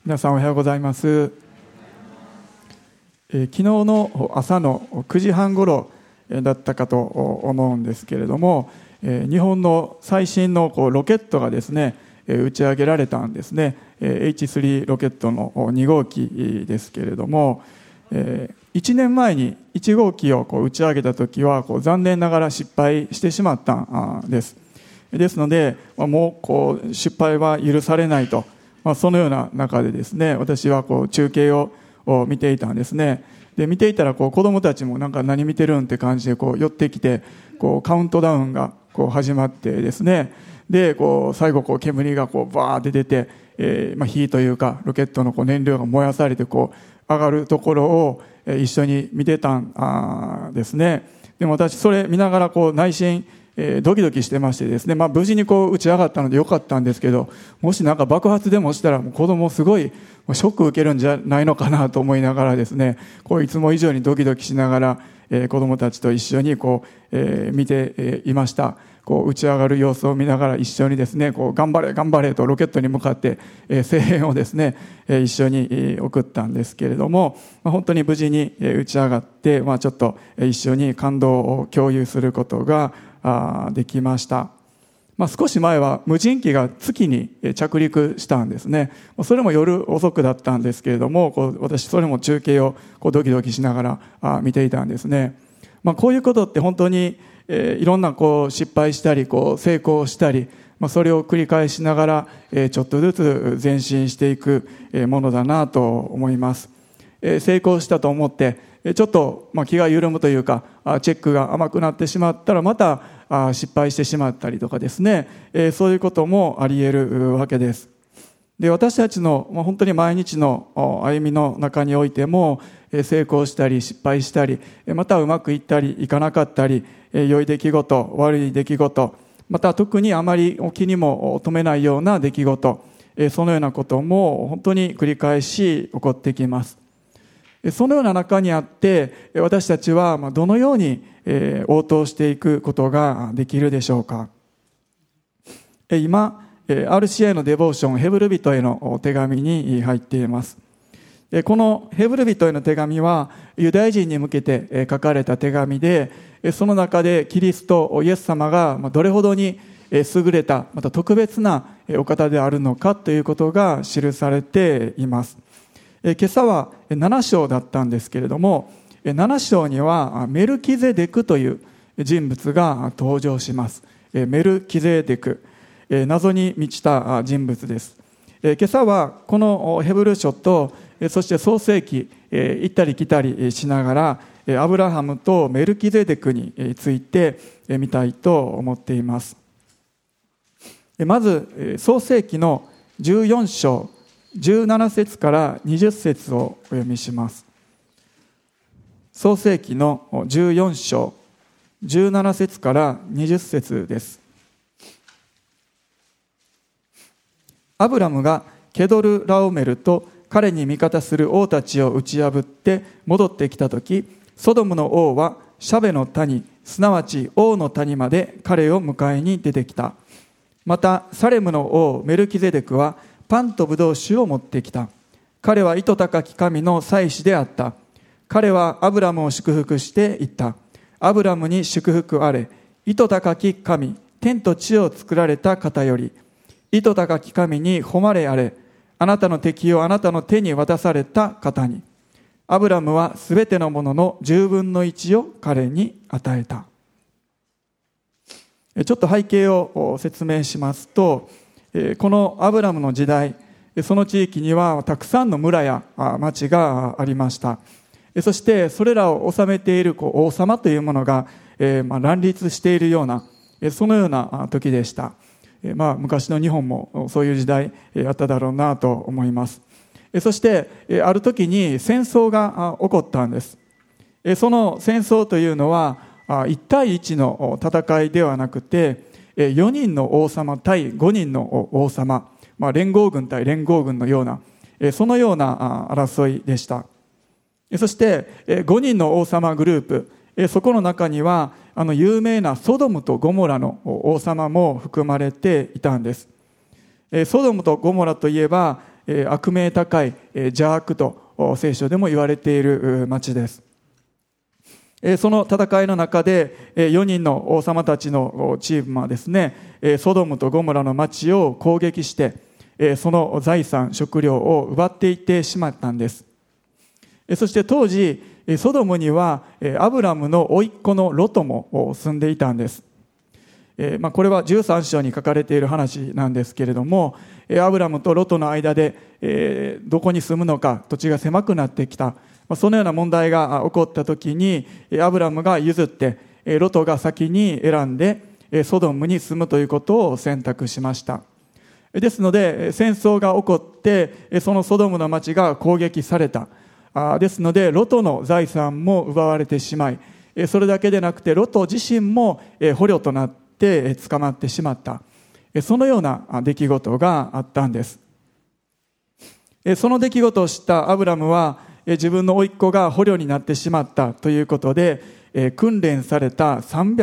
皆さんおはようございます。昨日の朝の9時半ごろだったかと思うんですけれども、日本の最新のロケットがですね打ち上げられたんですね。 H3 ロケットの2号機ですけれども、1年前に1号機を打ち上げた時は残念ながら失敗してしまったんです。ですのでもう失敗は許されないと、そのような中でですね、私は中継を見ていたんですね。で見ていたら子供たちも何見てるんって感じで寄ってきてカウントダウンが始まってですね、で最後煙がバーって出て、火というかロケットの燃料が燃やされて上がるところを一緒に見てたんですね。でも私それ見ながら内心ドキドキしてましてですね、無事に打ち上がったのでよかったんですけど、もし爆発でもしたら子供すごいショック受けるんじゃないのかなと思いながらですね、いつも以上にドキドキしながら子供たちと一緒に見ていました。打ち上がる様子を見ながら一緒にですね頑張れ頑張れとロケットに向かって声援をですね一緒に送ったんですけれども、本当に無事に打ち上がって、ちょっと一緒に感動を共有することができました。少し前は無人機が月に着陸したんですね。それも夜遅くだったんですけれども、私それも中継をドキドキしながら見ていたんですね。こういうことって本当にいろんな失敗したり成功したり、それを繰り返しながらちょっとずつ前進していくものだなと思います。成功したと思ってちょっと気が緩むというかチェックが甘くなってしまったらまた失敗してしまったりとかですね、そういうこともあり得るわけです。で私たちの本当に毎日の歩みの中においても成功したり失敗したり、またうまくいったりいかなかったり、良い出来事悪い出来事、また特にあまり気にも留めないような出来事、そのようなことも本当に繰り返し起こってきます。そのような中にあって私たちはどのように応答していくことができるでしょうか。今RCI のデボーションヘブル人への手紙に入っています。このヘブル人への手紙はユダヤ人に向けて書かれた手紙で、その中でキリストイエス様がどれほどに優れたまた特別なお方であるのかということが記されています。今朝は7章だったんですけれども、7章にはメルキゼデクという人物が登場します。メルキゼデク、謎に満ちた人物です。今朝はこのヘブル書とそして創世記行ったり来たりしながらアブラハムとメルキゼデクについて見たいと思っています。まず創世記の14章17節から20節をお読みします。創世記の14章17節から20節です。アブラムがケドルラオメルと彼に味方する王たちを打ち破って戻ってきたとき、ソドムの王はシャベの谷、すなわち王の谷まで彼を迎えに出てきた。またサレムの王メルキゼデクはパンとブドウ酒を持ってきた。彼は糸高き神の祭司であった。彼はアブラムを祝福して言った。アブラムに祝福あれ。糸高き神、天と地を作られた方より。糸高き神に誉れあれ。あなたの敵をあなたの手に渡された方に。アブラムはすべてのものの10分の1を彼に与えた。ちょっと背景を説明しますと、このアブラムの時代、その地域にはたくさんの村や町がありました。そしてそれらを治めている王様というものが乱立しているような、そのような時でした。昔の日本もそういう時代あっただろうなと思います。そしてある時に戦争が起こったんです。その戦争というのは1対1の戦いではなくて、4人の王様対5人の王様、連合軍対連合軍のような、そのような争いでした。そして5人の王様グループ、そこの中には有名なソドムとゴモラの王様も含まれていたんです。ソドムとゴモラといえば悪名高い邪悪と聖書でも言われている町です。その戦いの中で4人の王様たちのチームはですね、ソドムとゴモラの町を攻撃してその財産食料を奪っていってしまったんです。そして当時ソドムにはアブラムの甥っ子のロトも住んでいたんです。これは13章に書かれている話なんですけれども、アブラムとロトの間でどこに住むのか土地が狭くなってきた、そのような問題が起こった時にアブラムが譲ってロトが先に選んでソドムに住むということを選択しました。ですので戦争が起こってそのソドムの町が攻撃された。ですのでロトの財産も奪われてしまい、それだけでなくてロト自身も捕虜となって捕まってしまった。そのような出来事があったんです。その出来事を知ったアブラムは自分の甥っ子が捕虜になってしまったということで、訓練された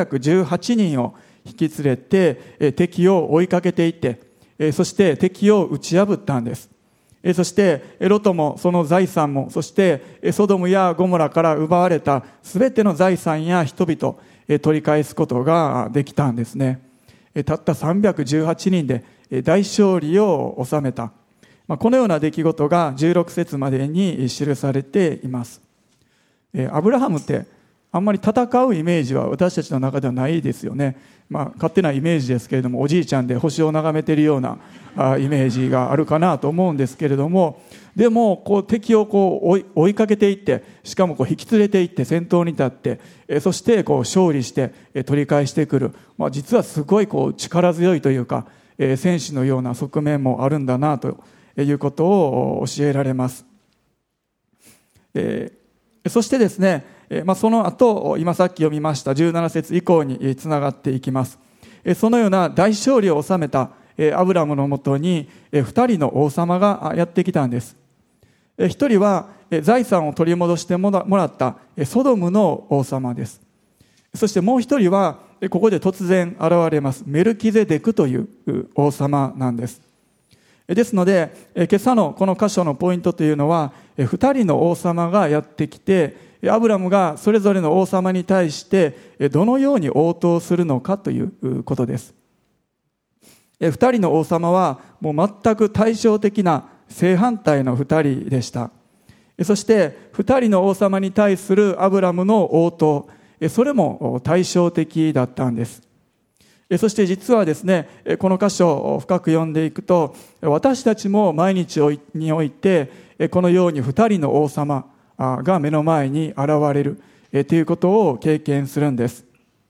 318人を引き連れて敵を追いかけていって、そして敵を打ち破ったんです。そしてロトもその財産も、そしてソドムやゴモラから奪われたすべての財産や人々取り返すことができたんですね。たった318人で大勝利を収めた、このような出来事が16節までに記されています。アブラハムってあんまり戦うイメージは私たちの中ではないですよね。勝手なイメージですけれども、おじいちゃんで星を眺めているようなイメージがあるかなと思うんですけれども、でも敵を追いかけていって、しかも引き連れていって先頭に立って、そして勝利して取り返してくる、実はすごい力強いというか戦士のような側面もあるんだなということを教えられます。そしてですね、その後今さっき読みました17節以降につながっていきます。そのような大勝利を収めたアブラムのもとに2人の王様がやってきたんです。1人は財産を取り戻してもらったソドムの王様です。そしてもう1人はここで突然現れますメルキゼデクという王様なんです。ですので今朝のこの箇所のポイントというのは、2人の王様がやってきてアブラムがそれぞれの王様に対してどのように応答するのかということです。2人の王様はもう全く対照的な正反対の2人でした。そして2人の王様に対するアブラムの応答、それも対照的だったんです。そして実はですね、この箇所を深く読んでいくと、私たちも毎日においてこのように2人の王様が目の前に現れるということを経験するんです。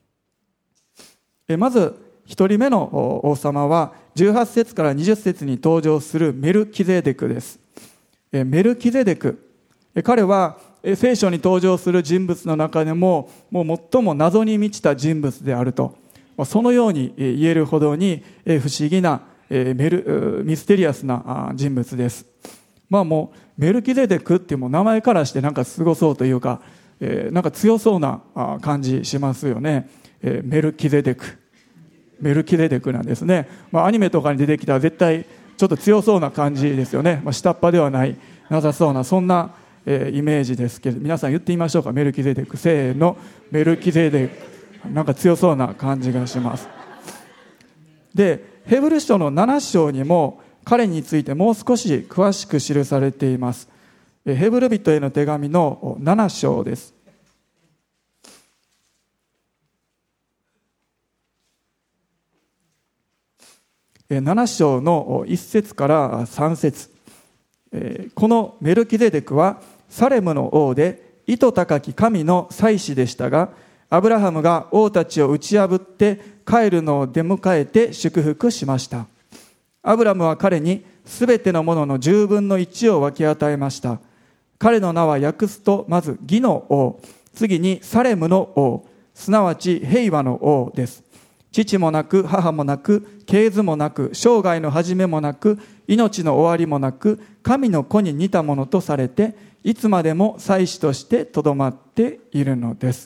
まず1人目の王様は18節から20節に登場するメルキゼデクです。メルキゼデク、彼は聖書に登場する人物の中でも最も謎に満ちた人物であると、そのように言えるほどに不思議なミステリアスな人物です。もうメルキゼデクってもう名前からしてなんかすごそうというか、なんか強そうな感じしますよね。メルキゼデクなんですね。アニメとかに出てきたら絶対ちょっと強そうな感じですよね。下っ端ではなさそうなそんなイメージですけど、皆さん言ってみましょうか。メルキゼデク、せーの。メルキゼデク、なんか強そうな感じがします。でヘブル書の7章にも彼についてもう少し詳しく記されています。ヘブル人への手紙の7章です。7章の1節から3節、このメルキゼデクはサレムの王で意図高き神の祭司でしたが、アブラハムが王たちを打ち破って帰るのを出迎えて祝福しました。アブラムは彼にすべてのものの10分の1を分け与えました。彼の名は訳すと、まず義の王、次にサレムの王、すなわち平和の王です。父もなく母もなく系図もなく生涯の始めもなく命の終わりもなく、神の子に似たものとされていつまでも祭司としてとどまっているのです。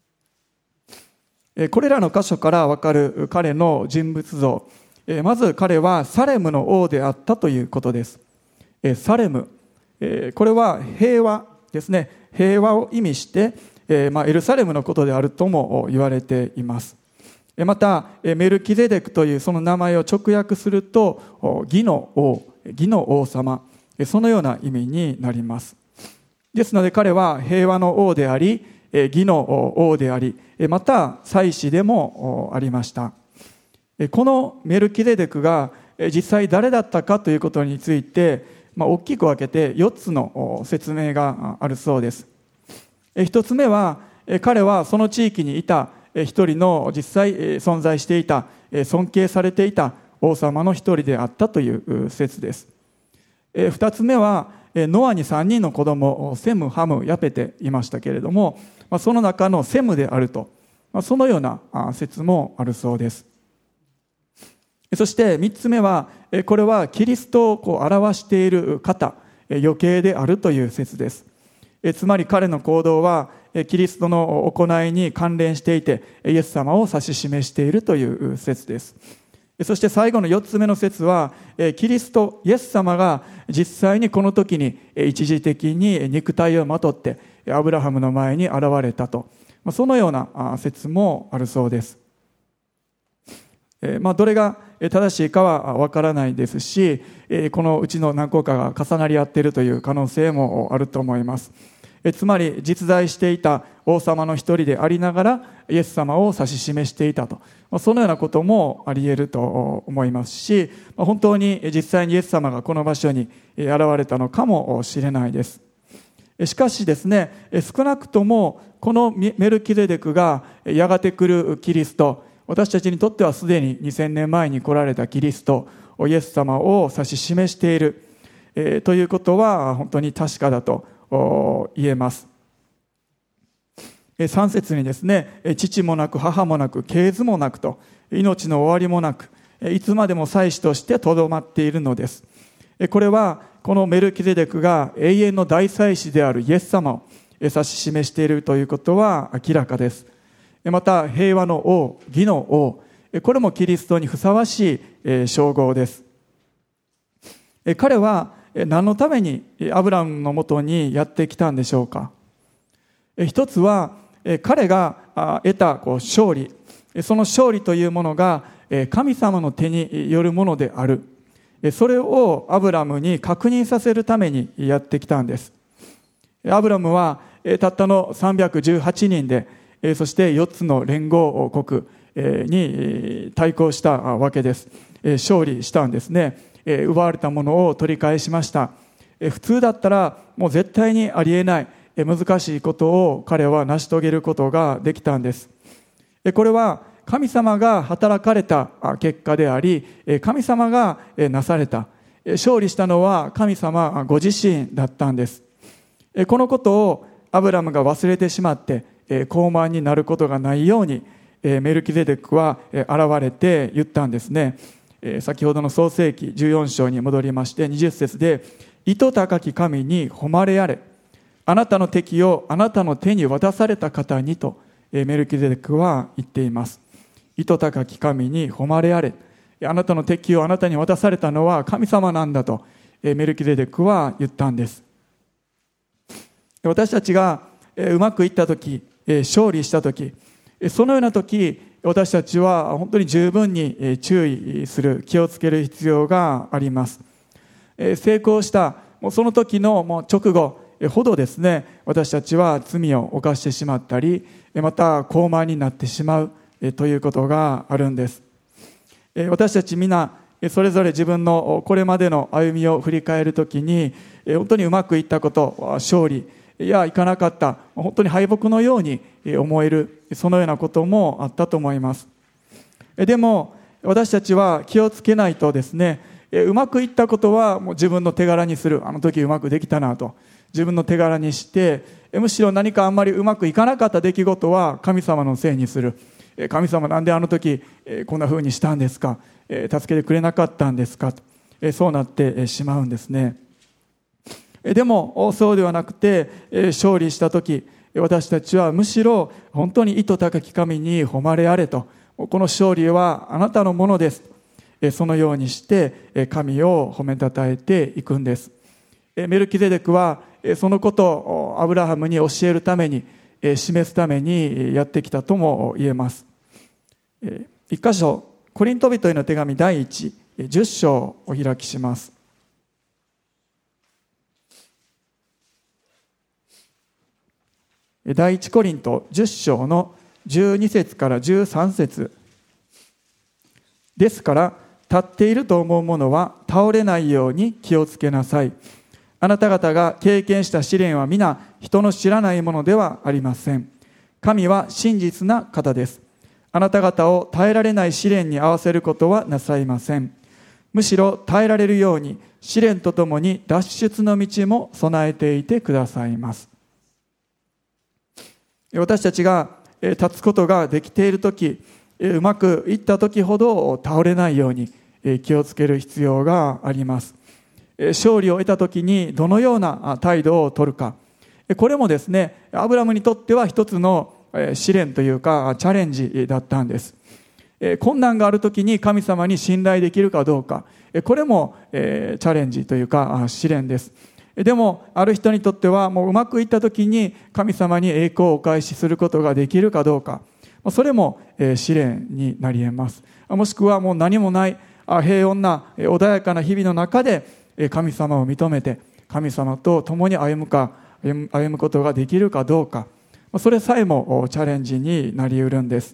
これらの箇所からわかる彼の人物像、まず彼はサレムの王であったということです。 サレム、これは平和ですね。平和を意味して、エルサレムのことであるとも言われています。またメルキゼデクというその名前を直訳すると義の王様、そのような意味になります。ですので彼は平和の王であり、義の王であり、また祭司でもありました。このメルキゼデクが実際誰だったかということについて、大きく分けて4つの説明があるそうです。1つ目は、彼はその地域にいた一人の実際存在していた尊敬されていた王様の一人であったという説です。2つ目はノアに3人の子供セム、ハム、ヤペテいましたけれども、その中のセムであると、そのような説もあるそうです。そして3つ目は、これはキリストを表している方、余計であるという説です。つまり彼の行動はキリストの行いに関連していて、イエス様を指し示しているという説です。そして最後の4つ目の説は、キリスト、イエス様が実際にこの時に一時的に肉体をまとってアブラハムの前に現れたと、そのような説もあるそうです。どれが正しいかはわからないですし、このうちの何個かが重なり合っているという可能性もあると思います。つまり実在していた王様の一人でありながらイエス様を指し示していたと、そのようなこともあり得ると思いますし、本当に実際にイエス様がこの場所に現れたのかもしれないです。しかしですね、少なくともこのメルキゼデクがやがて来るキリスト、私たちにとってはすでに2000年前に来られたキリスト、イエス様を指し示している、ということは本当に確かだと言えます。3節にですね、父もなく母もなく系図もなくと、命の終わりもなくいつまでも祭司としてとどまっているのです。これはこのメルキゼデクが永遠の大祭司であるイエス様を指し示しているということは明らかです。また平和の王、義の王、これもキリストにふさわしい称号です。彼は何のためにアブラムのもとにやってきたんでしょうか。一つは彼が得た勝利、その勝利というものが神様の手によるものである、それをアブラムに確認させるためにやってきたんです。アブラムはたったの318人で、そして4つの連合国に対抗したわけです。勝利したんですね。奪われたものを取り返しました。普通だったらもう絶対にありえない難しいことを彼は成し遂げることができたんです。これは神様が働かれた結果であり、神様がなされた、勝利したのは神様ご自身だったんです。このことをアブラムが忘れてしまって高慢になることがないように、メルキゼデクは現れて言ったんですね。先ほどの創世記14章に戻りまして20節で、糸高き神に誉れあれ、あなたの敵をあなたの手に渡された方にとメルキゼデクは言っています。糸高き神に誉れあれ、あなたの敵をあなたに渡されたのは神様なんだとメルキゼデクは言ったんです。私たちがうまくいった時、勝利した時、そのような時、私たちは本当に十分に注意する、気をつける必要があります。成功したその時の直後ほどですね、私たちは罪を犯してしまったり、また高慢になってしまうということがあるんです。私たち皆それぞれ自分のこれまでの歩みを振り返るときに、本当にうまくいったこと、勝利やいかなかった、本当に敗北のように思える、そのようなこともあったと思います。でも私たちは気をつけないとですね、うまくいったことはもう自分の手柄にする、あの時うまくできたなと自分の手柄にして、むしろ何かあんまりうまくいかなかった出来事は神様のせいにする。神様なんであの時こんな風にしたんですか、助けてくれなかったんですかと、そうなってしまうんですね。でもそうではなくて、勝利した時、私たちはむしろ本当に糸高き神に誉れあれと、この勝利はあなたのものです、そのようにして神を褒めたたえていくんです。 メルキゼデクはそのことをアブラハムに教えるために、示すためにやってきたとも言えます。一箇所、コリント人への手紙第1、10章をお開きします。第一コリント10章の12節から13節ですから、立っていると思う者は倒れないように気をつけなさい。あなた方が経験した試練は皆人の知らないものではありません。神は真実な方です。あなた方を耐えられない試練に合わせることはなさいません。むしろ耐えられるように試練とともに脱出の道も備えていてくださいます。私たちが立つことができているとき、うまくいったときほど倒れないように気をつける必要があります。勝利を得たときにどのような態度を取るか、これもですね、アブラムにとっては一つの試練というかチャレンジだったんです。困難があるときに神様に信頼できるかどうか、これもチャレンジというか試練です。でもある人にとってはもううまくいったときに神様に栄光をお返しすることができるかどうか、それも試練になり得ます。もしくはもう何もない平穏な穏やかな日々の中で神様を認めて神様と共に歩むことができるかどうか、それさえもチャレンジになり得るんです。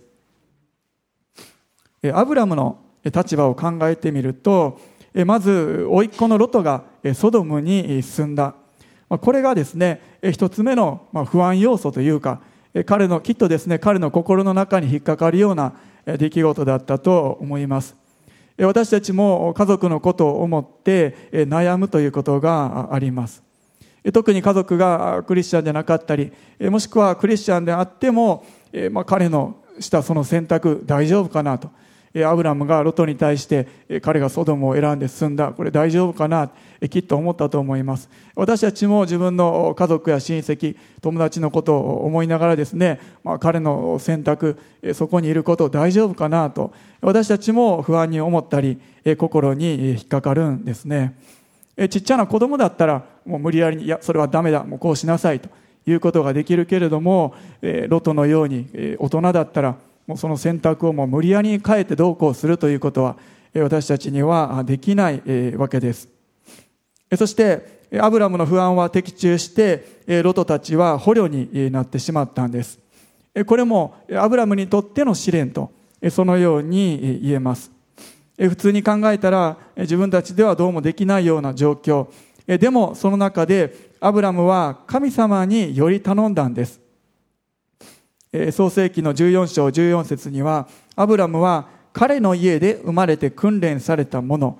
アブラムの立場を考えてみると、まず甥っ子のロトがソドムに住んだ、これがですね一つ目の不安要素というか、きっとですね彼の心の中に引っかかるような出来事だったと思います。私たちも家族のことを思って悩むということがあります。特に家族がクリスチャンでなかったり、もしくはクリスチャンであっても、彼のしたその選択大丈夫かなと、アブラムがロトに対して彼がソドムを選んで進んだ、これ大丈夫かな、きっと思ったと思います。私たちも自分の家族や親戚、友達のことを思いながらですね、彼の選択、そこにいること大丈夫かなと私たちも不安に思ったり心に引っかかるんですね。ちっちゃな子供だったらもう無理やりに、いやそれはダメだ、もうこうしなさいということができるけれども、ロトのように大人だったらもうその選択をもう無理やりに変えてどうこうするということは私たちにはできないわけです。そしてアブラムの不安は的中してロトたちは捕虜になってしまったんです。これもアブラムにとっての試練とそのように言えます。普通に考えたら自分たちではどうもできないような状況でも、その中でアブラムは神様により頼んだんです。創世記の14章14節には、アブラムは彼の家で生まれて訓練された者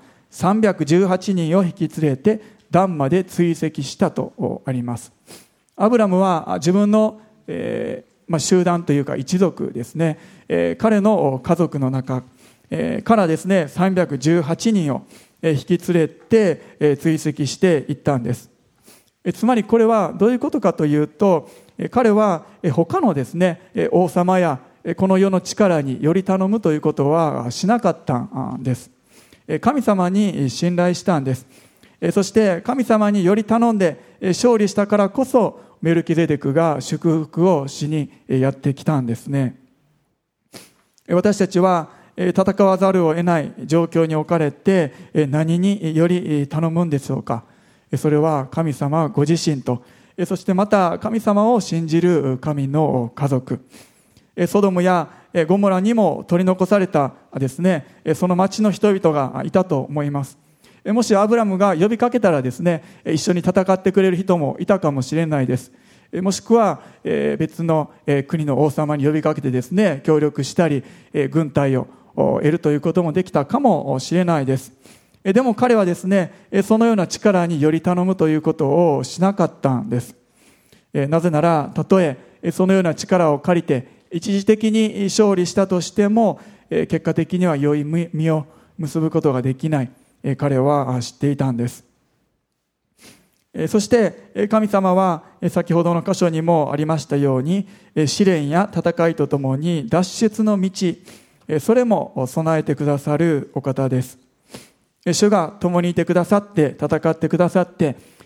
318人を引き連れてダンまで追跡したとあります。アブラムは自分の、集団というか一族ですね、彼の家族の中からですね318人を引き連れて追跡していったんです。つまりこれはどういうことかというと、彼は他のですね王様やこの世の力により頼むということはしなかったんです。神様に信頼したんです。そして神様により頼んで勝利したからこそメルキゼデクが祝福をしにやってきたんですね。私たちは戦わざるを得ない状況に置かれて何により頼むんでしょうか。それは神様ご自身と、そしてまた神様を信じる神の家族、ソドムやゴモラにも取り残されたですねその町の人々がいたと思います。もしアブラムが呼びかけたらですね一緒に戦ってくれる人もいたかもしれないです。もしくは別の国の王様に呼びかけてですね協力したり軍隊を得るということもできたかもしれないです。でも彼はですねそのような力により頼むということをしなかったんです。なぜなら、たとえそのような力を借りて一時的に勝利したとしても結果的には良い実を結ぶことができない、彼は知っていたんです。そして神様は先ほどの箇所にもありましたように試練や戦いとともに脱出の道、それも備えてくださるお方です。主が共にいてくださって戦ってくださって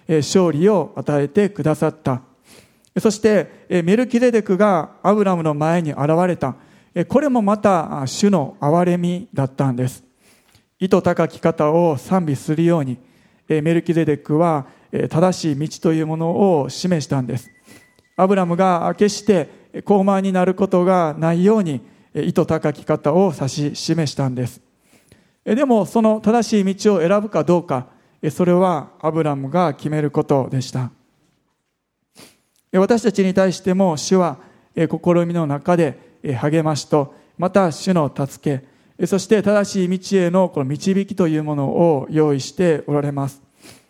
勝利を与えてくださった。そしてメルキゼデクがアブラムの前に現れた。これもまた主の憐れみだったんです。意図高き方を賛美するように、メルキゼデクは正しい道というものを示したんです。アブラムが決して高慢になることがないように意図高き方を指し示したんです。でもその正しい道を選ぶかどうか、それはアブラムが決めることでした。私たちに対しても主は試みの中で励ましと、また主の助け、そして正しい道へのこの導きというものを用意しておられます。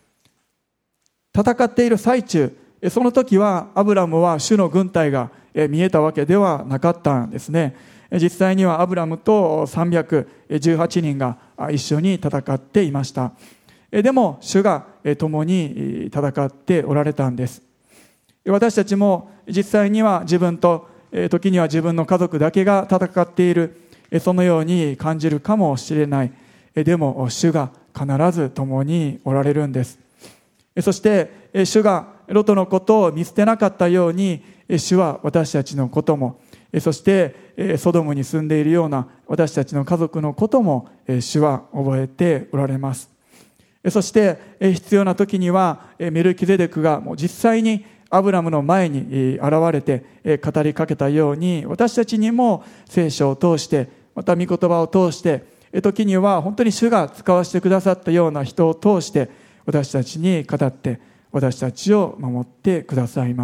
戦っている最中、その時はアブラムは主の軍隊が見えたわけではなかったんですね。実際にはアブラムと318人が一緒に戦っていました。でも主が共に戦っておられたんです。私たちも実際には自分と時には自分の家族だけが戦っている、そのように感じるかもしれない。でも主が必ず共におられるんです。そして主がロトのことを見捨てなかったように、主は私たちのことも、そしてソドムに住んでいるような私たちの家族のことも主は覚えておられます。そして必要な時にはメルキゼデクがもう実際にアブラムの前に現れて語りかけたように、私たちにも聖書を通して、また御言葉を通して、時には本当に主が使わせてくださったような人を通して私たちに語って私たちを守ってくださいます。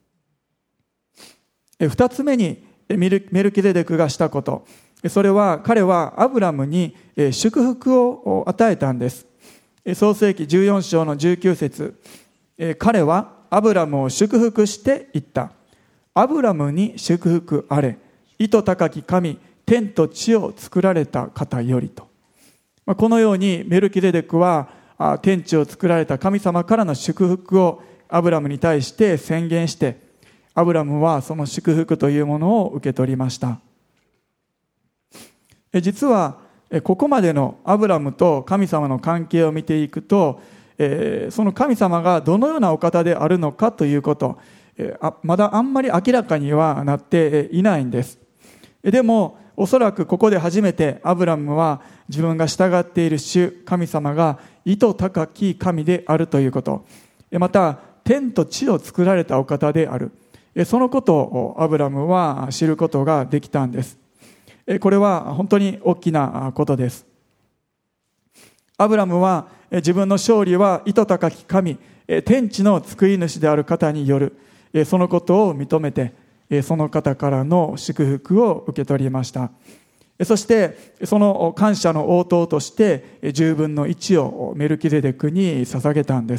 二つ目にメルキゼデクがしたこと、それは彼はアブラムに祝福を与えたんです。創世記14章の19節、彼はアブラムを祝福して言った。アブラムに祝福あれ、意図高き神、天と地を作られた方よりと。このようにメルキゼデクは天地を作られた神様からの祝福をアブラムに対して宣言して、アブラムはその祝福というものを受け取りました。実はここまでのアブラムと神様の関係を見ていくと、その神様がどのようなお方であるのかということ、まだあんまり明らかにはなっていないんです。でもおそらくここで初めてアブラムは自分が従っている主神様が意図高き神であるということ、また天と地を作られたお方である、そのことをアブラムは知ることができたんです。これは本当に大きなことです。アブラムは自分の勝利は意図高き神、天地の救い主である方による、そのことを認めてその方からの祝福を受け取りました。そしてその感謝の応答として10分の1をメルキゼデクに捧げたんです。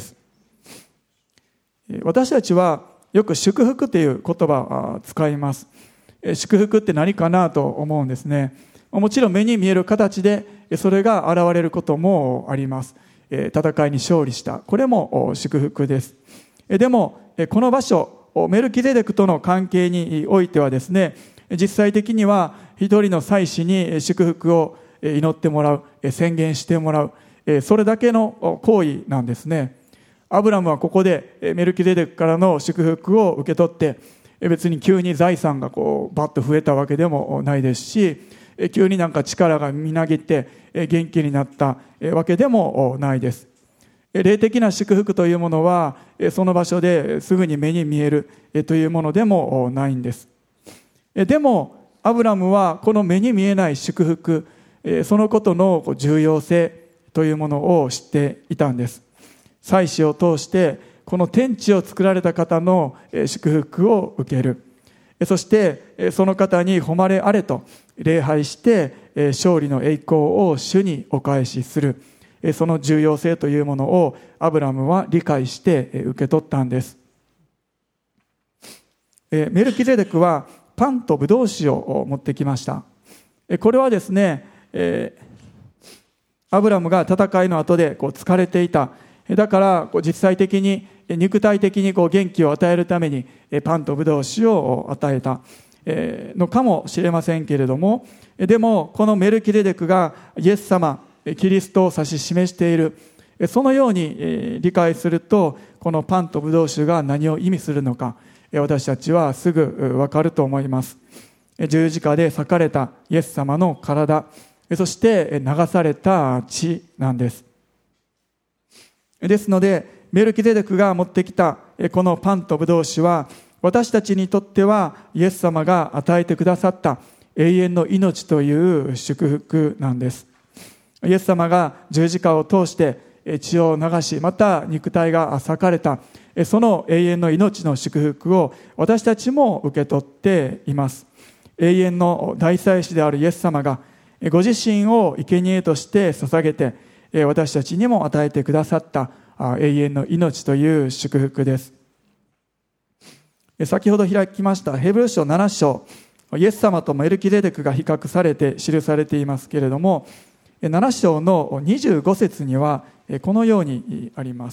私たちはよく祝福という言葉を使います。祝福って何かなと思うんですね。もちろん目に見える形でそれが現れることもあります。戦いに勝利した、これも祝福です。でもこの場所メルキゼデクとの関係においてはですね、実際的には一人の祭司に祝福を祈ってもらう、宣言してもらう、それだけの行為なんですね。アブラムはここでメルキゼデクからの祝福を受け取って、別に急に財産がバッと増えたわけでもないですし、急になんか力がみなぎって元気になったわけでもないです。霊的な祝福というものはその場所ですぐに目に見えるというものでもないんです。でもアブラムはこの目に見えない祝福、そのことの重要性というものを知っていたんです。祭司を通してこの天地を作られた方の祝福を受ける、そしてその方に誉れあれと礼拝して勝利の栄光を主にお返しする、その重要性というものをアブラムは理解して受け取ったんです。メルキゼデクはパンとブドウ酒を持ってきました。これはですね、アブラムが戦いの後で疲れていた、だから実際的に肉体的に元気を与えるためにパンとブドウ酒を与えたのかもしれませんけれども、でもこのメルキゼデクがイエス様キリストを指し示している、 そのように理解すると、このパンとブドウ酒が何を意味するのか、私たちはすぐわかると思います。十字架で裂かれたイエス様の体、そして流された血なんです。ですので、メルキゼデクが持ってきたこのパンとブドウ酒は、私たちにとってはイエス様が与えてくださった永遠の命という祝福なんです。イエス様が十字架を通して血を流し、また肉体が裂かれた、その永遠の命の祝福を私たちも受け取っています。永遠の大祭司であるイエス様がご自身を生贄として捧げて、私たちにも与えてくださった永遠の命という祝福です。先ほど開きましたヘブル書7章、イエス様とメルキゼデクが比較されて記されていますけれども、7章の25節にはこのようにあります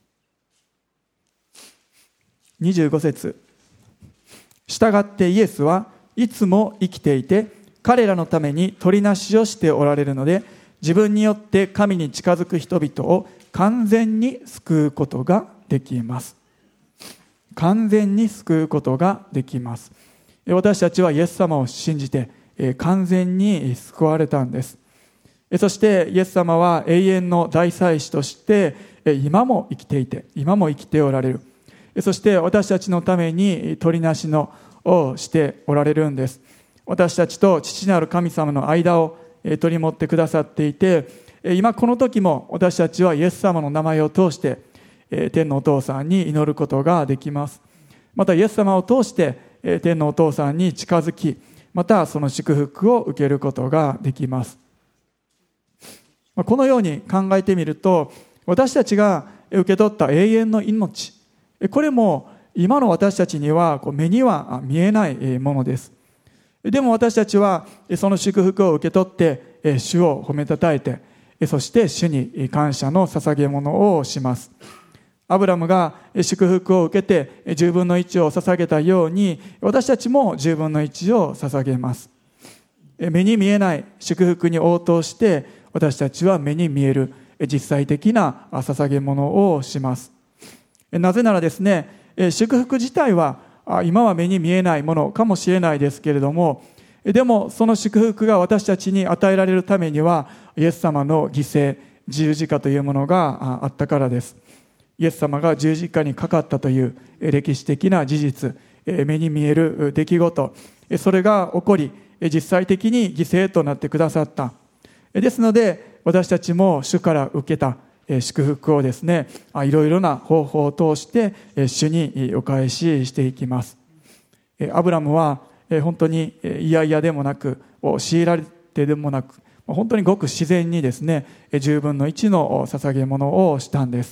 。25節、したがってイエスはいつも生きていて、彼らのために取りなしをしておられるので、自分によって神に近づく人々を完全に救うことができます。完全に救うことができます。私たちはイエス様を信じて完全に救われたんです。そしてイエス様は永遠の大祭司として今も生きていて、今も生きておられる。そして私たちのために取りなしのをしておられるんです。私たちと父なる神様の間を取り持ってくださっていて、今この時も私たちはイエス様の名前を通して天のお父さんに祈ることができます。またイエス様を通して天のお父さんに近づき、またその祝福を受けることができます。このように考えてみると、私たちが受け取った永遠の命、これも今の私たちには目には見えないものです。でも私たちはその祝福を受け取って主を褒めたたえて、そして主に感謝の捧げ物をします。アブラムが祝福を受けて10分の1を捧げたように、私たちも10分の1を捧げます。目に見えない祝福に応答して、私たちは目に見える実際的な捧げ物をします。なぜならですね、祝福自体は今は目に見えないものかもしれないですけれども、でもその祝福が私たちに与えられるためには、イエス様の犠牲、十字架というものがあったからです。イエス様が十字架にかかったという歴史的な事実、目に見える出来事、それが起こり、実際的に犠牲となってくださった。ですので、私たちも主から受けた祝福をですね、いろいろな方法を通して主にお返ししていきます。アブラムは本当に嫌々でもなく、強いられてでもなく、本当にごく自然にですね、10分の1の捧げ物をしたんです。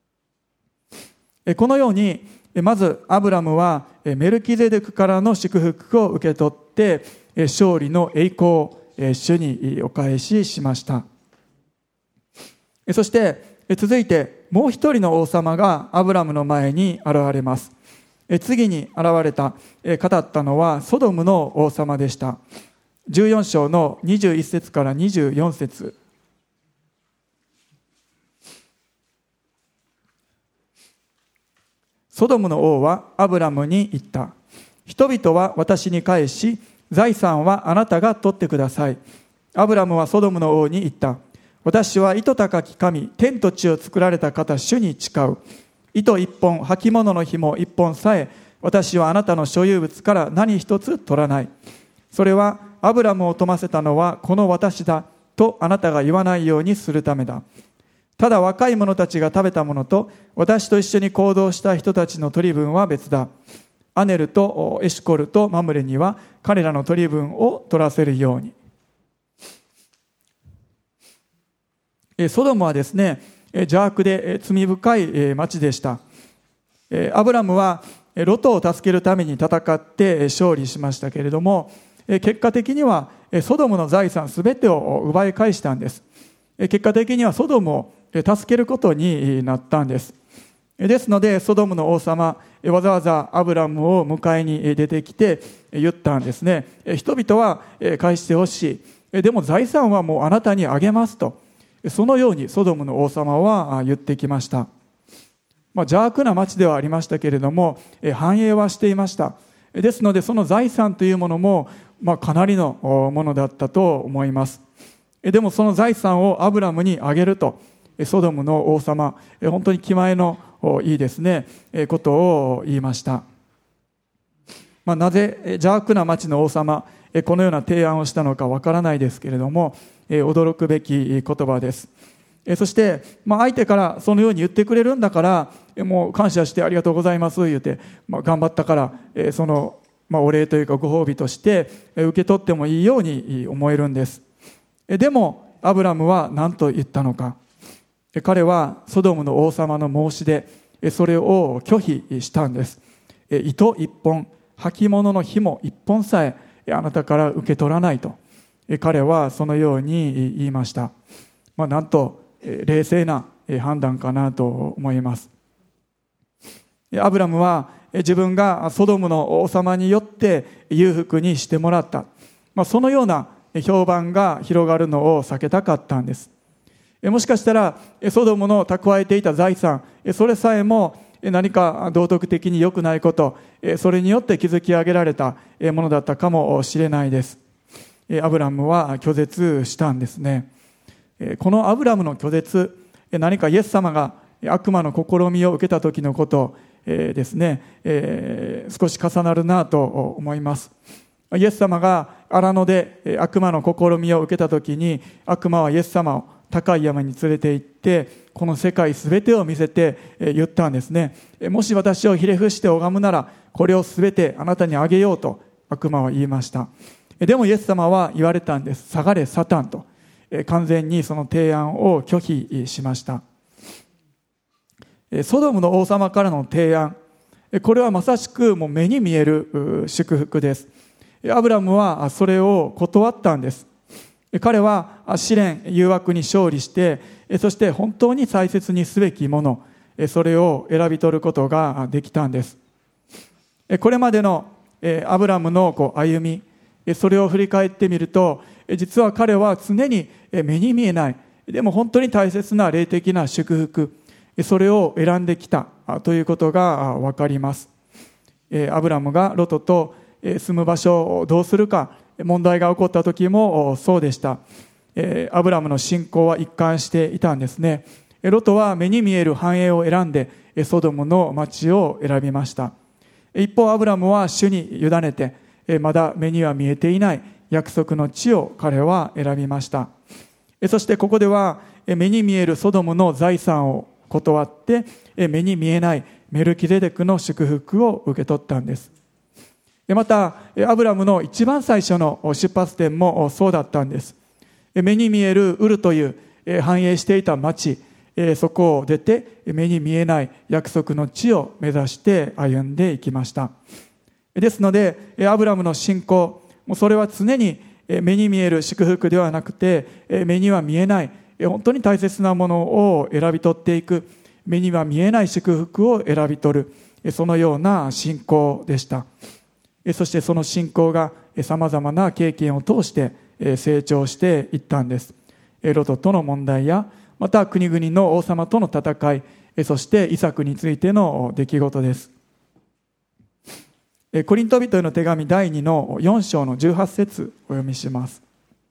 このように、まずアブラムはメルキゼデクからの祝福を受け取って、勝利の栄光を主にお返ししました。そして続いてもう一人の王様がアブラムの前に現れます。次に現れた、語ったのはソドムの王様でした。14章の21節から24節。ソドムの王はアブラムに言った。人々は私に返し、財産はあなたが取ってください。アブラムはソドムの王に言った。私は糸高き神、天と地を作られた方、主に誓う。糸一本、履物の紐一本さえ、私はあなたの所有物から何一つ取らない。それは、アブラムを富ませたのはこの私だ、とあなたが言わないようにするためだ。ただ若い者たちが食べたものと、私と一緒に行動した人たちの取り分は別だ。アネルとエシコルとマムレには彼らの取り分を取らせるように。ソドムはですね、邪悪で罪深い町でした。アブラムはロトを助けるために戦って勝利しましたけれども、結果的にはソドムの財産すべてを奪い返したんです。結果的にはソドムを助けることになったんです。ですのでソドムの王様、わざわざアブラムを迎えに出てきて言ったんですね。人々は返してほしい。でも財産はもうあなたにあげますと。 そのようにソドムの王様は言ってきました。邪悪な町ではありましたけれども、繁栄はしていました。ですのでその財産というものも、かなりのものだったと思います。でもその財産をアブラムにあげると、ソドムの王様、本当に気前のいいですね、ことを言いました。なぜ邪悪な町の王様、このような提案をしたのかわからないですけれども、驚くべき言葉です。そして、相手からそのように言ってくれるんだから、もう感謝してありがとうございます言って、頑張ったから、その、お礼というかご褒美として受け取ってもいいように思えるんです。でもアブラムは何と言ったのか。彼はソドムの王様の申し出、それを拒否したんです。糸一本、履物の紐一本さえあなたから受け取らないと、彼はそのように言いました。なんと冷静な判断かなと思います。アブラムは自分がソドムの王様によって裕福にしてもらった、そのような評判が広がるのを避けたかったんです。もしかしたらソドムの蓄えていた財産、それさえも何か道徳的に良くないこと、それによって築き上げられたものだったかもしれないです。アブラムは拒絶したんですね。このアブラムの拒絶、何かイエス様が悪魔の試みを受けた時のことですね、少し重なるなと思います。イエス様が荒野で悪魔の試みを受けた時に、悪魔はイエス様を高い山に連れて行って、この世界すべてを見せて言ったんですね。もし私をひれ伏して拝むなら、これをすべてあなたにあげようと悪魔は言いました。でもイエス様は言われたんです。下がれサタンと。完全にその提案を拒否しました。ソドムの王様からの提案、これはまさしくもう目に見える祝福です。アブラムはそれを断ったんです。彼は試練、誘惑に勝利して、そして本当に大切にすべきもの、それを選び取ることができたんです。これまでのアブラムの歩み、それを振り返ってみると、実は彼は常に目に見えない、でも本当に大切な霊的な祝福、それを選んできたということがわかります。アブラムがロトと住む場所をどうするか問題が起こった時もそうでした。アブラムの信仰は一貫していたんですね。ロトは目に見える繁栄を選んでソドムの町を選びました。一方アブラムは主に委ねて、まだ目には見えていない約束の地を彼は選びました。そしてここでは目に見えるソドムの財産を断って目に見えないメルキゼデクの祝福を受け取ったんです。またアブラムの一番最初の出発点もそうだったんです。目に見えるウルという繁栄していた町、そこを出て目に見えない約束の地を目指して歩んでいきました。ですのでアブラムの信仰、それは常に目に見える祝福ではなくて、目には見えない本当に大切なものを選び取っていく、目には見えない祝福を選び取る、そのような信仰でした。そしてその信仰がさまざまな経験を通して成長していったんです。ロトとの問題や、また国々の王様との戦い、そしてイサクについての出来事です。コリント人への手紙第2の4章の18節お読みします。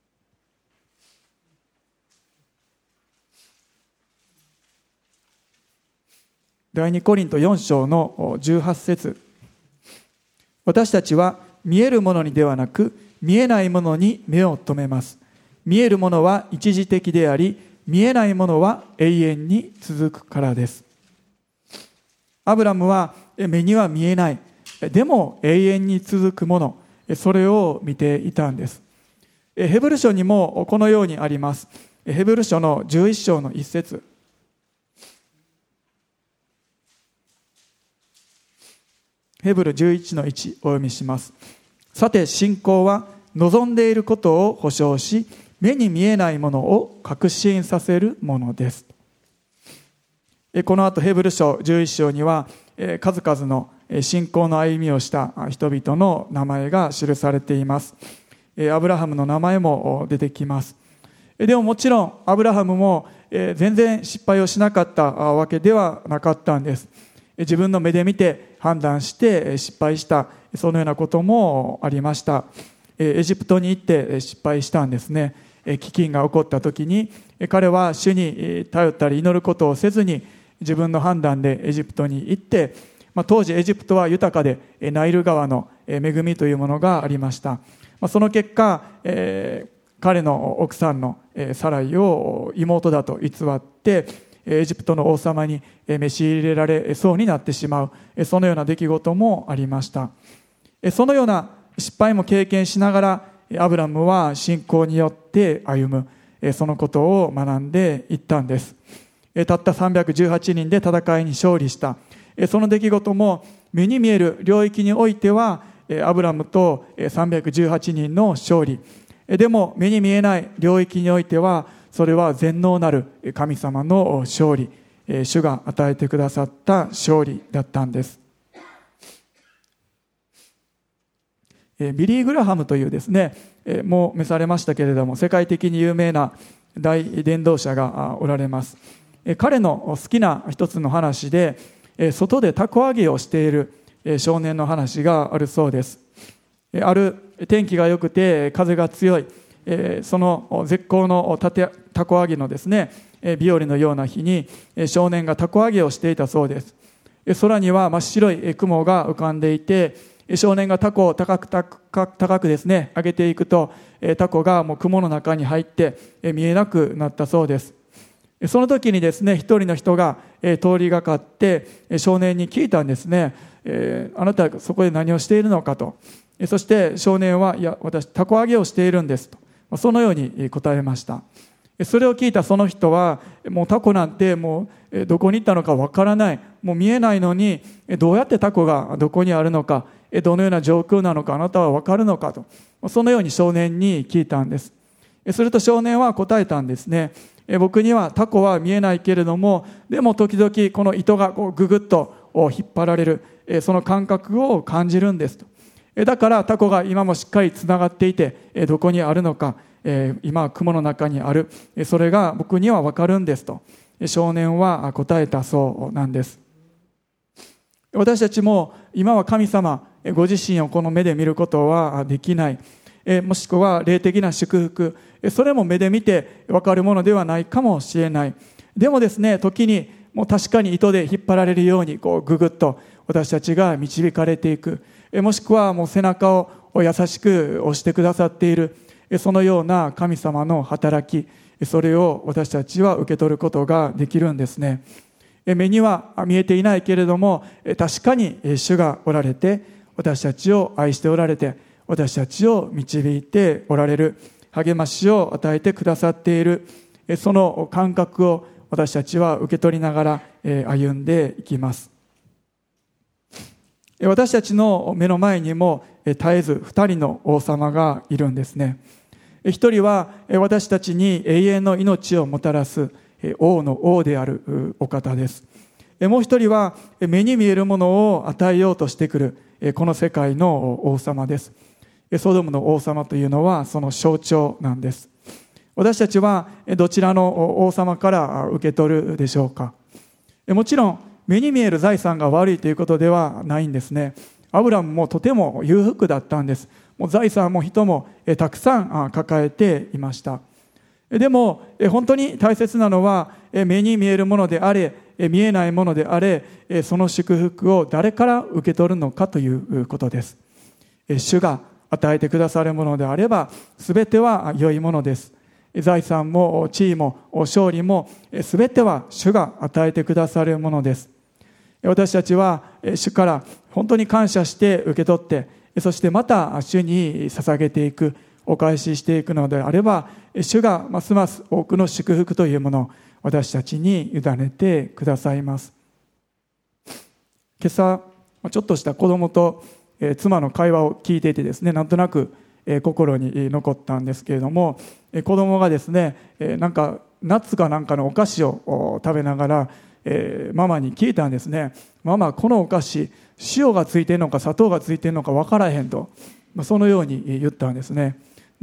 第2コリント4章の18節、私たちは見えるものにではなく見えないものに目を留めます。見えるものは一時的であり、見えないものは永遠に続くからです。アブラムは目には見えない、でも永遠に続くもの、それを見ていたんです。ヘブル書にもこのようにあります。ヘブル書の11章の1節、ヘブル11の1お読みします。さて信仰は望んでいることを保証し、目に見えないものを確信させるものです。この後ヘブル書11章には数々の信仰の歩みをした人々の名前が記されています。アブラハムの名前も出てきます。 でももちろんアブラハムも全然失敗をしなかったわけではなかったんです。自分の目で見て判断して失敗した、そのようなこともありました。エジプトに行って失敗したんですね。飢饉が起こった時に彼は主に頼ったり祈ることをせずに自分の判断でエジプトに行って、当時エジプトは豊かでナイル川の恵みというものがありました。その結果、彼の奥さんのサライを妹だと偽ってエジプトの王様に召し入れられそうになってしまう、そのような出来事もありました。そのような失敗も経験しながらアブラムは信仰によって歩む、そのことを学んでいったんです。たった318人で戦いに勝利した、その出来事も目に見える領域においてはアブラムと318人の勝利でも、目に見えない領域においてはそれは全能なる神様の勝利、主が与えてくださった勝利だったんです。ビリー・グラハムというですね、もう召されましたけれども世界的に有名な大伝道者がおられます。彼の好きな一つの話で、外で凧揚げをしている少年の話があるそうです。ある天気が良くて風が強い、その絶好の凧揚げのですね日和のような日に少年が凧揚げをしていたそうです。空には真っ白い雲が浮かんでいて、少年が凧を高くですね上げていくと凧がもう雲の中に入って見えなくなったそうです。その時にですね一人の人が通りがかって少年に聞いたんですね。あなたはそこで何をしているのかと。そして少年は、いや私凧揚げをしているんですと、そのように答えました。それを聞いたその人は、もう凧なんてもうどこに行ったのかわからない、もう見えないのにどうやって凧がどこにあるのか、どのような状況なのかあなたはわかるのかと、そのように少年に聞いたんです。すると少年は答えたんですね。僕には凧は見えないけれども、でも時々この糸がこうぐぐっと引っ張られる、その感覚を感じるんですと。だから凧が今もしっかりつながっていて、どこにあるのか、今は雲の中にある、それが僕にはわかるんですと少年は答えたそうなんです。私たちも今は神様ご自身をこの目で見ることはできない、もしくは霊的な祝福、それも目で見て分かるものではないかもしれない。でもですね、時にもう確かに糸で引っ張られるようにこうぐぐっと私たちが導かれていく、もしくはもう背中を優しく押してくださっている、そのような神様の働き、それを私たちは受け取ることができるんですね。目には見えていないけれども、確かに主がおられて私たちを愛しておられて私たちを導いておられる、励ましを与えてくださっている、その感覚を私たちは受け取りながら歩んでいきます。私たちの目の前にも絶えず2人の王様がいるんですね。一人は私たちに永遠の命をもたらす王の王であるお方です。もう一人は目に見えるものを与えようとしてくるこの世界の王様です。ソドムの王様というのはその象徴なんです。私たちはどちらの王様から受け取るでしょうか。もちろん目に見える財産が悪いということではないんですね。アブラムもとても裕福だったんです。もう財産も人もたくさん抱えていました。でも本当に大切なのは目に見えるものであれ見えないものであれ、その祝福を誰から受け取るのかということです。主が与えてくださるものであれば全ては良いものです。財産も地位も勝利も全ては主が与えてくださるものです。私たちは主から本当に感謝して受け取って、そしてまた主に捧げていく、お返ししていくのであれば、主がますます多くの祝福というものを私たちに委ねてくださいます。今朝ちょっとした子供と妻の会話を聞いていてですね、なんとなく心に残ったんですけれども、子供がですね、なんかナッツかなんかのお菓子を食べながらママに聞いたんですね。ママ、このお菓子塩がついてるのか砂糖がついてるのか分からへんと、そのように言ったんですね。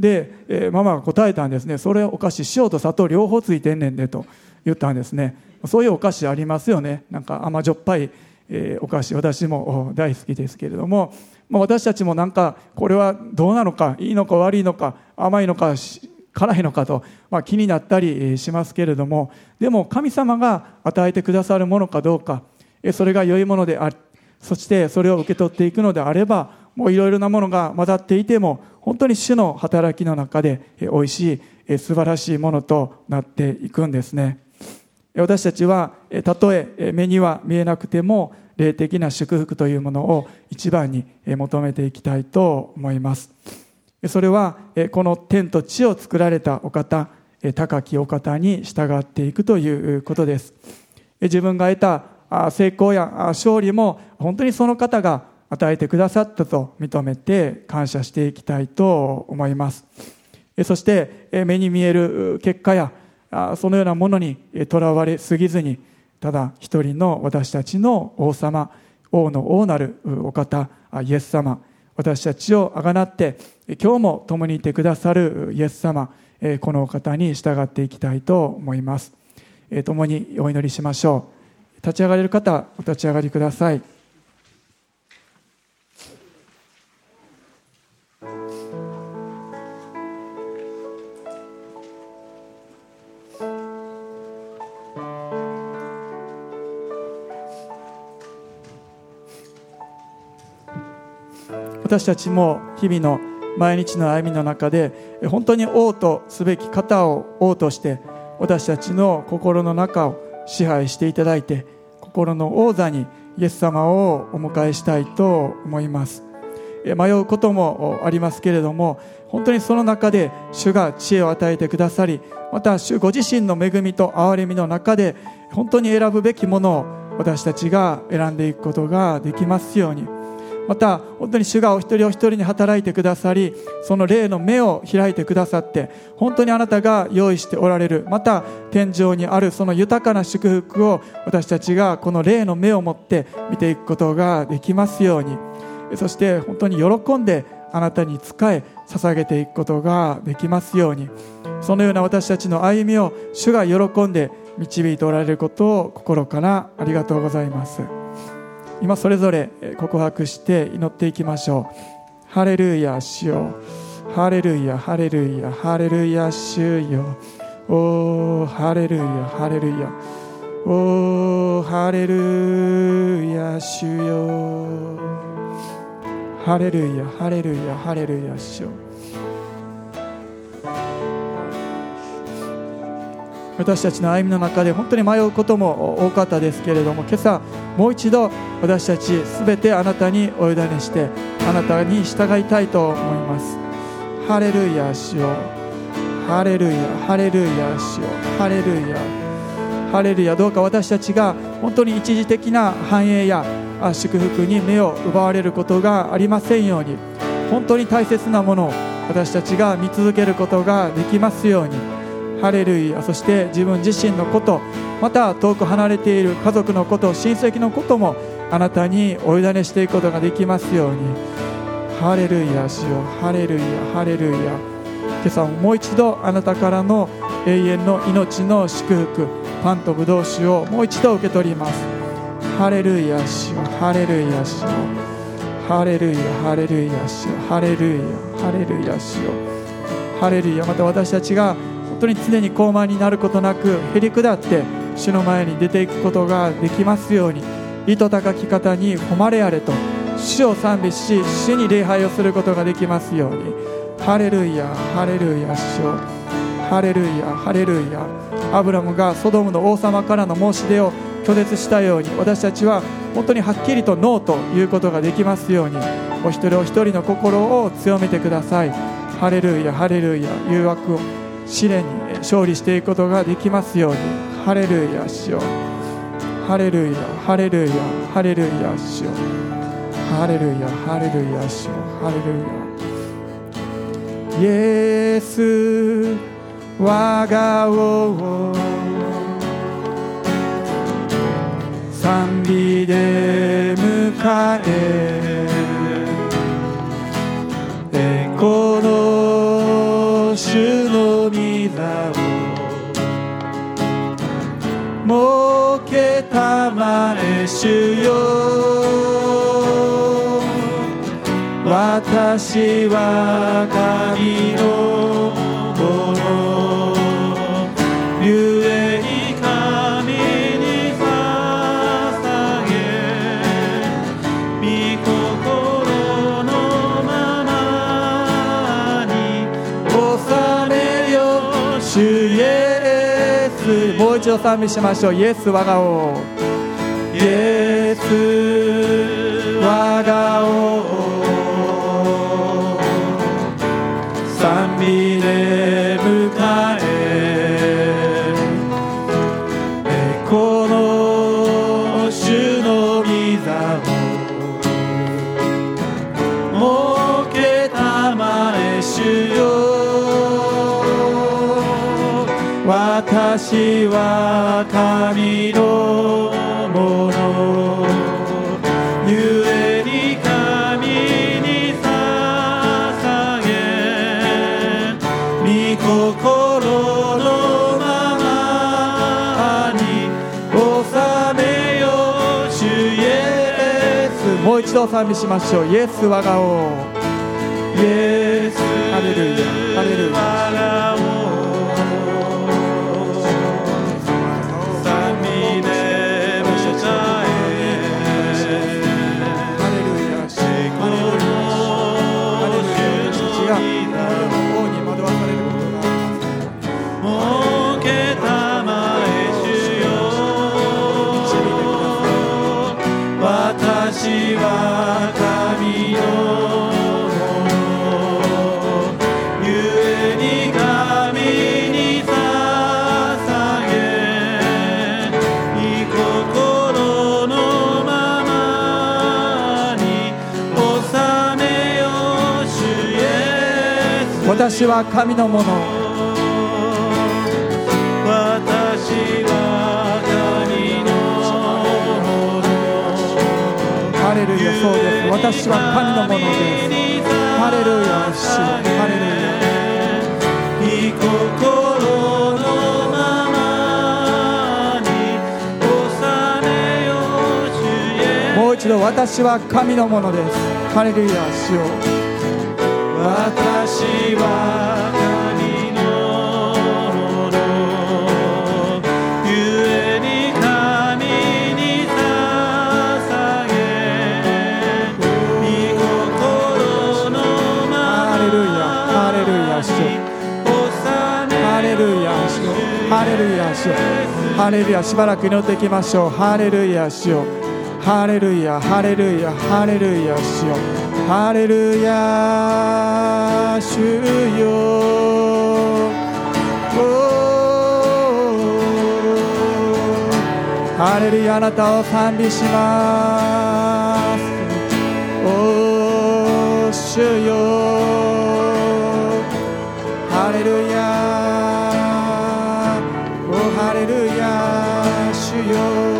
で、ママが答えたんですね。それお菓子、塩と砂糖両方ついてんねんでと言ったんですね。そういうお菓子ありますよね。なんか甘じょっぱい、お菓子、私も大好きですけれども、私たちもなんかこれはどうなのか、いいのか悪いのか、甘いのか辛いのかと、気になったりしますけれども、でも神様が与えてくださるものかどうか、それが良いものであり、そしてそれを受け取っていくのであれば、もういろいろなものが混ざっていても本当に主の働きの中で美味しい素晴らしいものとなっていくんですね。私たちはたとえ目には見えなくても霊的な祝福というものを一番に求めていきたいと思います。それはこの天と地を作られたお方、高きお方に従っていくということです。自分が得た成功や勝利も本当にその方が与えてくださったと認めて感謝していきたいと思います。そして目に見える結果やそのようなものにとらわれすぎずに、ただ一人の私たちの王様、王の王なるお方イエス様、私たちをあがなって今日も共にいてくださるイエス様、このお方に従っていきたいと思います。共にお祈りしましょう。立ち上がれる方お立ち上がりください。私たちも日々の毎日の歩みの中で本当に王とすべき方を王として私たちの心の中を支配していただいて、心の王座にイエス様をお迎えしたいと思います。迷うこともありますけれども、本当にその中で主が知恵を与えてくださり、また主ご自身の恵みと憐れみの中で本当に選ぶべきものを私たちが選んでいくことができますように、また本当に主がお一人お一人に働いてくださり、その霊の目を開いてくださって、本当にあなたが用意しておられる、また天上にあるその豊かな祝福を私たちがこの霊の目を持って見ていくことができますように、そして本当に喜んであなたに仕え捧げていくことができますように、そのような私たちの歩みを主が喜んで導いておられることを心からありがとうございます。今それぞれ告白して祈っていきましょう。ハレルヤ主よ、ハレルヤハレルヤハレルヤ主よ、おーハレルヤハレルヤ、おーハレルヤ主よ、ハレルヤハレルヤハレルヤ主よ。私たちの歩みの中で本当に迷うことも多かったですけれども、今朝もう一度私たちすべてあなたにお委ねしてあなたに従いたいと思います。ハレルヤ主よ、ハレルヤハレルヤ主よ、ハレルヤハレルヤ。どうか私たちが本当に一時的な繁栄や祝福に目を奪われることがありませんように、本当に大切なものを私たちが見続けることができますように。ハレルヤ。そして自分自身のこと、また遠く離れている家族のこと、親戚のこともあなたにお委ねしていくことができますように。ハレルヤ主よ、ハレルヤハレルヤ。今朝もう一度あなたからの永遠の命の祝福、パンとブドウ酒をもう一度受け取ります。ハレルヤ主よ、ハレルヤ主よ、ハレルヤハレルヤ主よ、ハレルヤハレルヤ主よ、ハレルヤ。また私たちが本当に常に高慢になることなくへり下って主の前に出ていくことができますように。糸高き方に誉れあれと主を賛美し、主に礼拝をすることができますように。ハレルヤハレルヤ主よ、ハレルヤハレルヤ。アブラムがソドムの王様からの申し出を拒絶したように、私たちは本当にはっきりとノーということができますように、お一人お一人の心を強めてください。ハレルヤハレルヤ。誘惑を試練に勝利していくことができますように。ハレルヤ主よ、ハレルヤハレルヤハレルヤ主よ、ハレルヤハレルヤ主よ、ハレルヤ。イエス我が王を賛美で迎え、栄光の主よ、私は神のもの、ゆえに神に捧げ、御心のままに収めよ。主イエス、もう一度賛美しましょう。イエス我が王、イエス我が王、賛美で迎え、この主の御座を設けたまえ。主よ、私は神のもの、ゆえに神に捧げ、御心のままに収めよ。主イエス、もう一度賛美しましょう。イエス我が王、イエスハレルヤ、ハレルヤ。私は神のもの、ゆえに神に捧げ、御心のままに収めよ。主イエス、私は神のもの、私はハレルヤ、そうです。私は神のものです。ハレルヤ、主、ハレルヤ。御心のままに収めよ。主イエス、もう一度、私は神のものです。ハレルヤ、主よ。私は神のもの、ゆえに神に捧げ、ハレルヤ、ハレルヤ、主、ハレルヤ、主、ハレルヤ、主、ハレルヤ。しばらく祈っていきましょう。ハレルヤ、主よ、ハレルヤ、ハレルヤ、ハレルヤ、主よ、ハレルヤ、主よ。ハレルヤ、あなたを賛美します。主よ、ハレルヤ、おハレルヤ、主よ、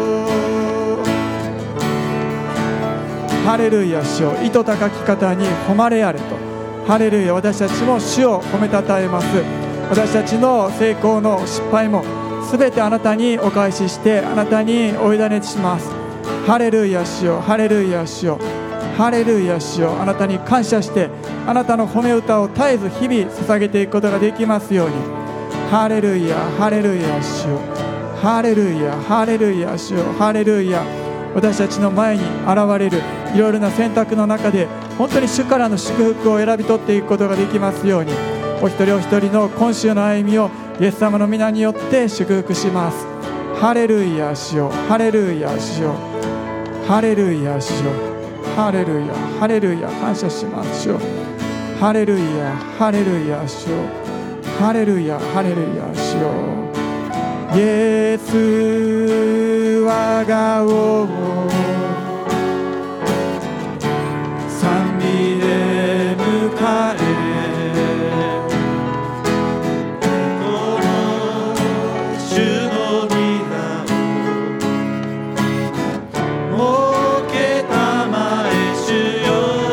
ハレルヤ、主よ。糸高き方に誉れあれと。ハレルヤ、私たちも主を褒めたたえます。私たちの成功の失敗もすべてあなたにお返しして、あなたにお委ねします。ハレルヤ、主よ、ハレルヤ、主よ、ハレルヤ、主よ。あなたに感謝して、あなたの褒め歌を絶えず日々捧げていくことができますように。ハレルヤ、ハレルヤ、主よ、ハレルヤ、ハレルヤ、主よ、ハレルヤ。私たちの前に現れるいろいろな選択の中で、本当に主からの祝福を選び取っていくことができますように。お一人お一人の今週の歩みをイエス様の皆によって祝福します。ハレルヤ、主よ、ハレルヤ、主よ、ハレルヤ、主よ、ハレルヤ、ハレルヤ。感謝します。主よ、ハレルヤ、ハレルヤ、主よ、ハレルヤ、ハレルヤ、主よ。イエス我が王、賛美で迎え、この主の御座を設けたまえ。主よ、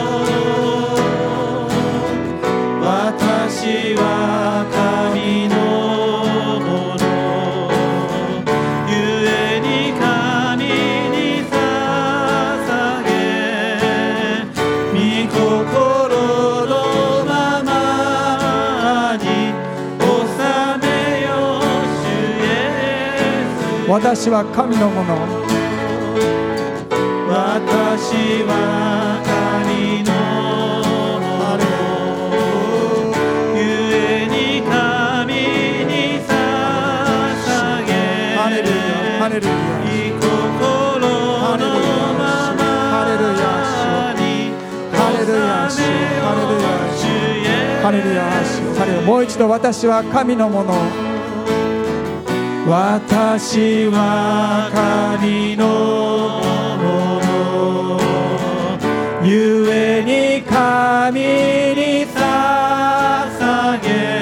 私は神のもの、ゆえに神に捧心のままに収めよ主イエス。 私は神のもの、 私は神のもの、ゆえに神に捧げ、 ハレルヤハレルヤ、 御心のままにハレルヤ主、ハレルヤ主、ハレルヤ主、ハレルヤ。もう一度、私は神のもの、 私は神のもの、ゆえに神に捧げ、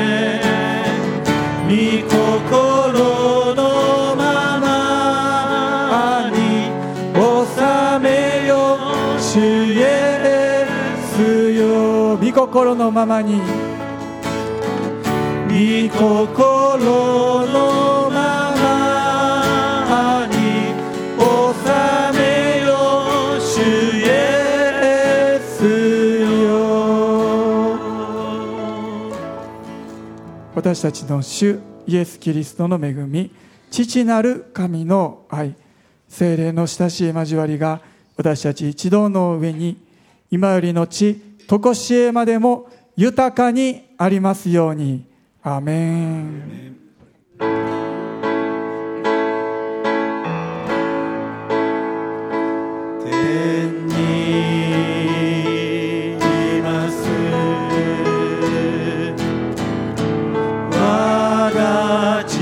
御心のままに収めよ主イエスよ。 御心のままに、 御心のままに収めよ主イエスよ。 私たちの主イエス・キリストの恵み、父なる神の愛、聖霊の親しい交わりが私たち一同の上に今よりのちとこしえまでも豊かにありますように。アーメン。 天にいます我が父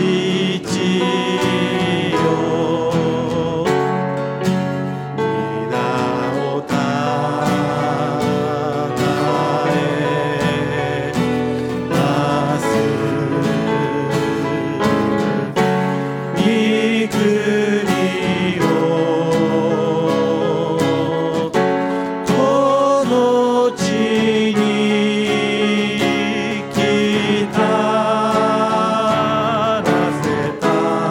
よ、皆をたたえます御国をこの地に来たらせた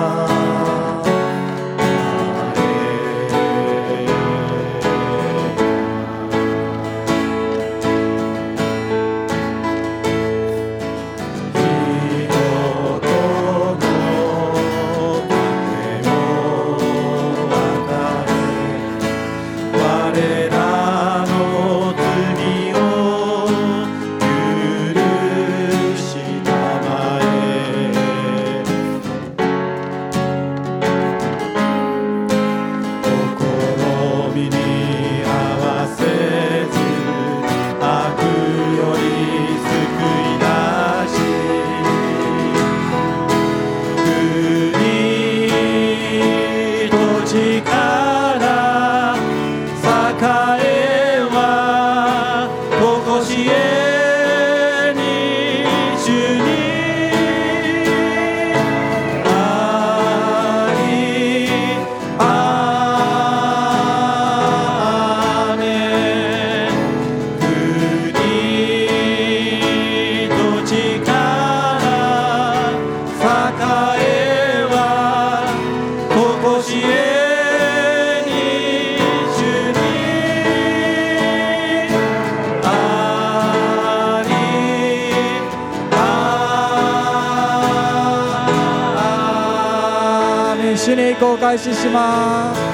我らの罪を許したまえ、試みに合わせず悪より救い出し、国と力栄えはとこしえに主にあり。アーメン。国と力栄えはとこしえ主に公開します。